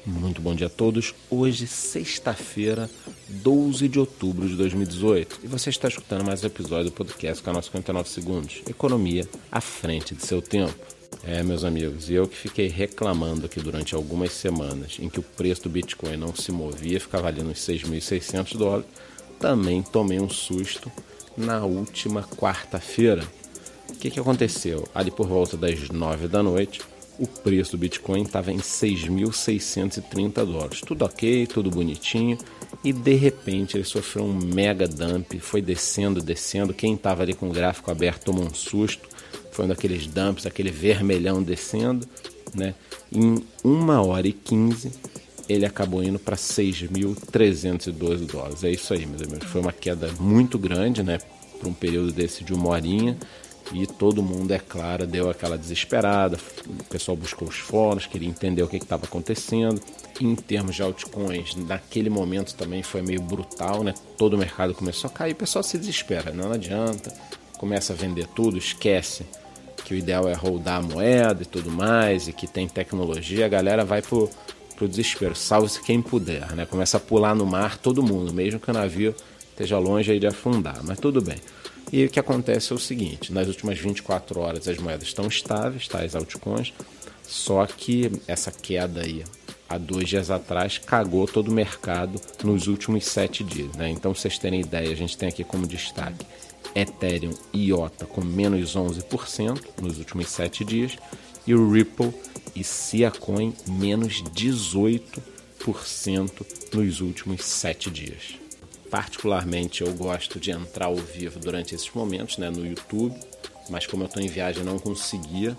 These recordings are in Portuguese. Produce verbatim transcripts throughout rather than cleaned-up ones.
Muito bom dia a todos. Hoje, sexta-feira, doze de outubro de dois mil e dezoito. E você está escutando mais um episódio do podcast Canal cinquenta e nove Segundos. Economia à frente de seu tempo. É, meus amigos, e eu que fiquei reclamando aqui durante algumas semanas em que o preço do Bitcoin não se movia, ficava ali nos seis mil e seiscentos dólares, também tomei um susto na última quarta-feira. O que, que aconteceu? Ali por volta das nove da noite, o preço do Bitcoin estava em seis mil seiscentos e trinta dólares. Tudo ok, tudo bonitinho. E de repente ele sofreu um mega dump, foi descendo, descendo. Quem estava ali com o gráfico aberto tomou um susto. Foi um daqueles dumps, aquele vermelhão descendo, né? Em uma hora e quinze ele acabou indo para seis mil trezentos e doze dólares. É isso aí, meus amigos. Foi uma queda muito grande, né? Por um período desse de uma horinha. E todo mundo, é claro, deu aquela desesperada. O pessoal buscou os fóruns, queria entender o que estava acontecendo. Em termos de altcoins, naquele momento também foi meio brutal, né? Todo o mercado começou a cair, o pessoal se desespera, não adianta. Começa a vender tudo, esquece que o ideal é holdar a moeda e tudo mais, e que tem tecnologia, a galera vai pro, pro desespero. Salve-se quem puder, né? Começa a pular no mar todo mundo, mesmo que o navio esteja longe aí de afundar, mas tudo bem. E o que acontece é o seguinte, nas últimas vinte e quatro horas as moedas estão estáveis, tais altcoins, só que essa queda aí, há dois dias atrás, cagou todo o mercado nos últimos sete dias, né? Então, pra vocês terem ideia, a gente tem aqui como destaque Ethereum e I O T A com menos onze por cento nos últimos sete dias e o Ripple e Siacoin menos dezoito por cento nos últimos sete dias. Particularmente eu gosto de entrar ao vivo durante esses momentos, né, no YouTube, mas como eu estou em viagem não conseguia,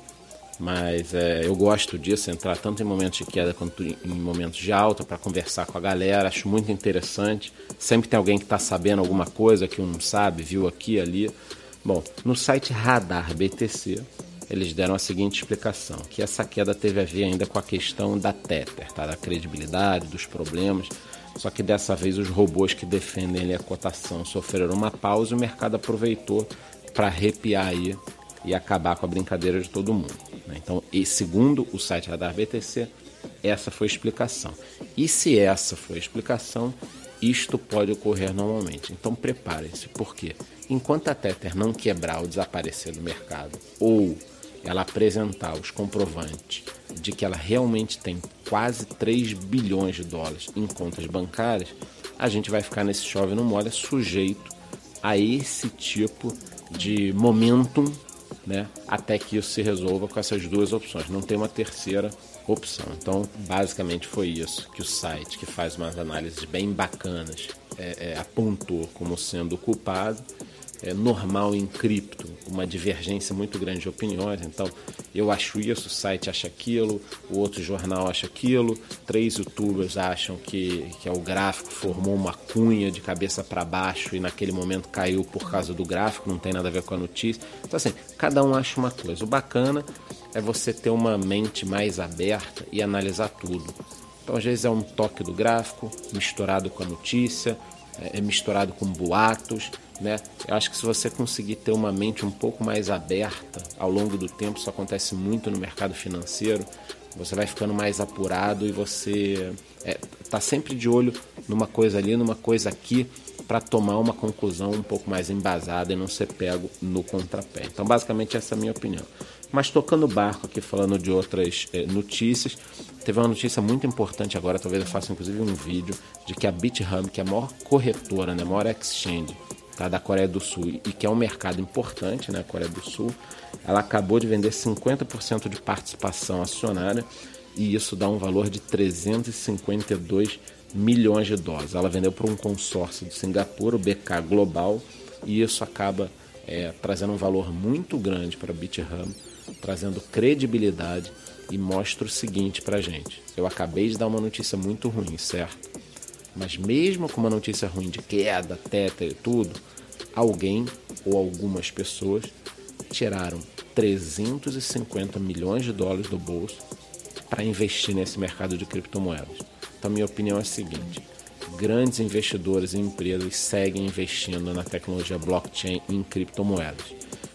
mas é, eu gosto disso, entrar tanto em momentos de queda quanto em momentos de alta para conversar com a galera, acho muito interessante, sempre tem alguém que está sabendo alguma coisa que um não sabe, viu aqui, ali. Bom, no site Radar B T C, eles deram a seguinte explicação, que essa queda teve a ver ainda com a questão da Tether, tá? Da credibilidade, dos problemas. Só que dessa vez os robôs que defendem ali a cotação sofreram uma pausa e o mercado aproveitou para arrepiar aí e acabar com a brincadeira de todo mundo, né? Então, e segundo o site Radar B T C, essa foi a explicação. E se essa foi a explicação, isto pode ocorrer normalmente. Então preparem-se, porque enquanto a Tether não quebrar ou desaparecer do mercado, ou ela apresentar os comprovantes de que ela realmente tem quase três bilhões de dólares em contas bancárias, a gente vai ficar nesse chove não molha sujeito a esse tipo de momentum, né, até que isso se resolva com essas duas opções. Não tem uma terceira opção. Então, basicamente foi isso que o site, que faz umas análises bem bacanas, é, é, apontou como sendo o culpado. É normal em cripto uma divergência muito grande de opiniões, então eu acho isso, o site acha aquilo, o outro jornal acha aquilo, três youtubers acham que, que é o gráfico formou uma cunha de cabeça para baixo e naquele momento caiu por causa do gráfico, não tem nada a ver com a notícia. Então assim, cada um acha uma coisa. O bacana é você ter uma mente mais aberta e analisar tudo. Então às vezes é um toque do gráfico misturado com a notícia, é misturado com boatos, né? Eu acho que se você conseguir ter uma mente um pouco mais aberta ao longo do tempo, isso acontece muito no mercado financeiro, você vai ficando mais apurado e você é, tá sempre de olho numa coisa ali, numa coisa aqui, para tomar uma conclusão um pouco mais embasada e não ser pego no contrapé. Então basicamente essa é a minha opinião. Mas tocando o barco aqui, falando de outras é, notícias, teve uma notícia muito importante agora, talvez eu faça inclusive um vídeo, de que a Bithumb, que é a maior corretora, né, a maior exchange, tá, da Coreia do Sul, e que é um mercado importante, né, a Coreia do Sul, ela acabou de vender cinquenta por cento de participação acionária, e isso dá um valor de trezentos e cinquenta e dois milhões de dólares. Ela vendeu para um consórcio de Singapura, o B K Global, e isso acaba é, trazendo um valor muito grande para a Bithumb, trazendo credibilidade, e mostra o seguinte pra gente. Eu acabei de dar uma notícia muito ruim, certo? Mas mesmo com uma notícia ruim de queda, Tether e tudo, alguém ou algumas pessoas tiraram trezentos e cinquenta milhões de dólares do bolso para investir nesse mercado de criptomoedas. Então minha opinião é a seguinte: grandes investidores e empresas seguem investindo na tecnologia blockchain e em criptomoedas.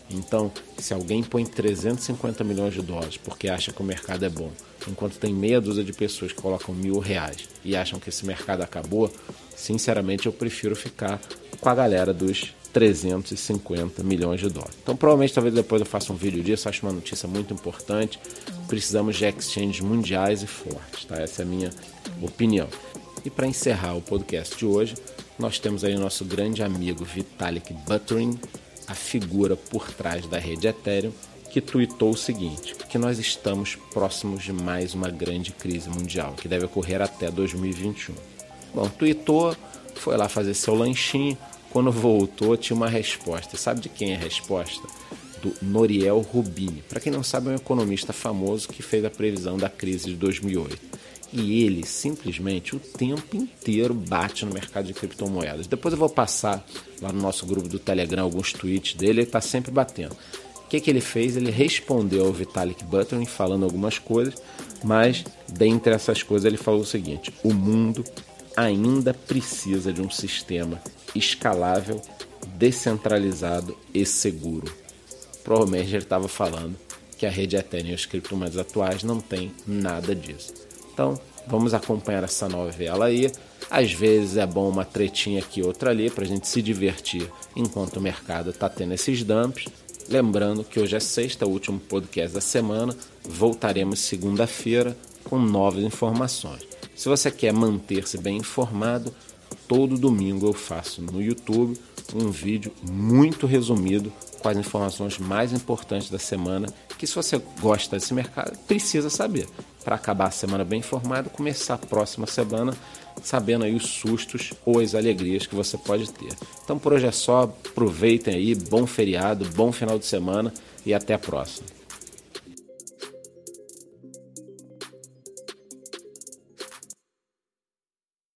Então, se alguém põe trezentos e cinquenta milhões de dólares porque acha que o mercado é bom, enquanto tem meia dúzia de pessoas que colocam mil reais e acham que esse mercado acabou, sinceramente eu prefiro ficar com a galera dos trezentos e cinquenta milhões de dólares. Então, provavelmente, talvez depois eu faça um vídeo disso, acho uma notícia muito importante. Precisamos de exchanges mundiais e fortes, tá? Essa é a minha opinião. E para encerrar o podcast de hoje, nós temos aí o nosso grande amigo Vitalik Buterin, a figura por trás da rede Ethereum, que tuitou o seguinte, que nós estamos próximos de mais uma grande crise mundial, que deve ocorrer até dois mil e vinte e um. Bom, tuitou, foi lá fazer seu lanchinho, quando voltou tinha uma resposta. E sabe de quem é a resposta? Do Nouriel Roubini. Para quem não sabe, é um economista famoso que fez a previsão da crise de dois mil e oito. E ele simplesmente o tempo inteiro bate no mercado de criptomoedas. Depois eu vou passar lá no nosso grupo do Telegram alguns tweets dele, ele está sempre batendo. O que, que ele fez? Ele respondeu ao Vitalik Buterin falando algumas coisas, mas dentre essas coisas ele falou o seguinte: o mundo ainda precisa de um sistema escalável, descentralizado e seguro. Provavelmente ele estava falando que a rede Ethereum e as criptomoedas atuais não tem nada disso. Então, vamos acompanhar essa novela aí. Às vezes é bom uma tretinha aqui, outra ali, para a gente se divertir enquanto o mercado está tendo esses dumps. Lembrando que hoje é sexta, o último podcast da semana. Voltaremos segunda-feira com novas informações. Se você quer manter-se bem informado, todo domingo eu faço no YouTube um vídeo muito resumido com as informações mais importantes da semana, que se você gosta desse mercado, precisa saber, para acabar a semana bem informado, começar a próxima semana sabendo aí os sustos ou as alegrias que você pode ter. Então por hoje é só, aproveitem aí, bom feriado, bom final de semana e até a próxima.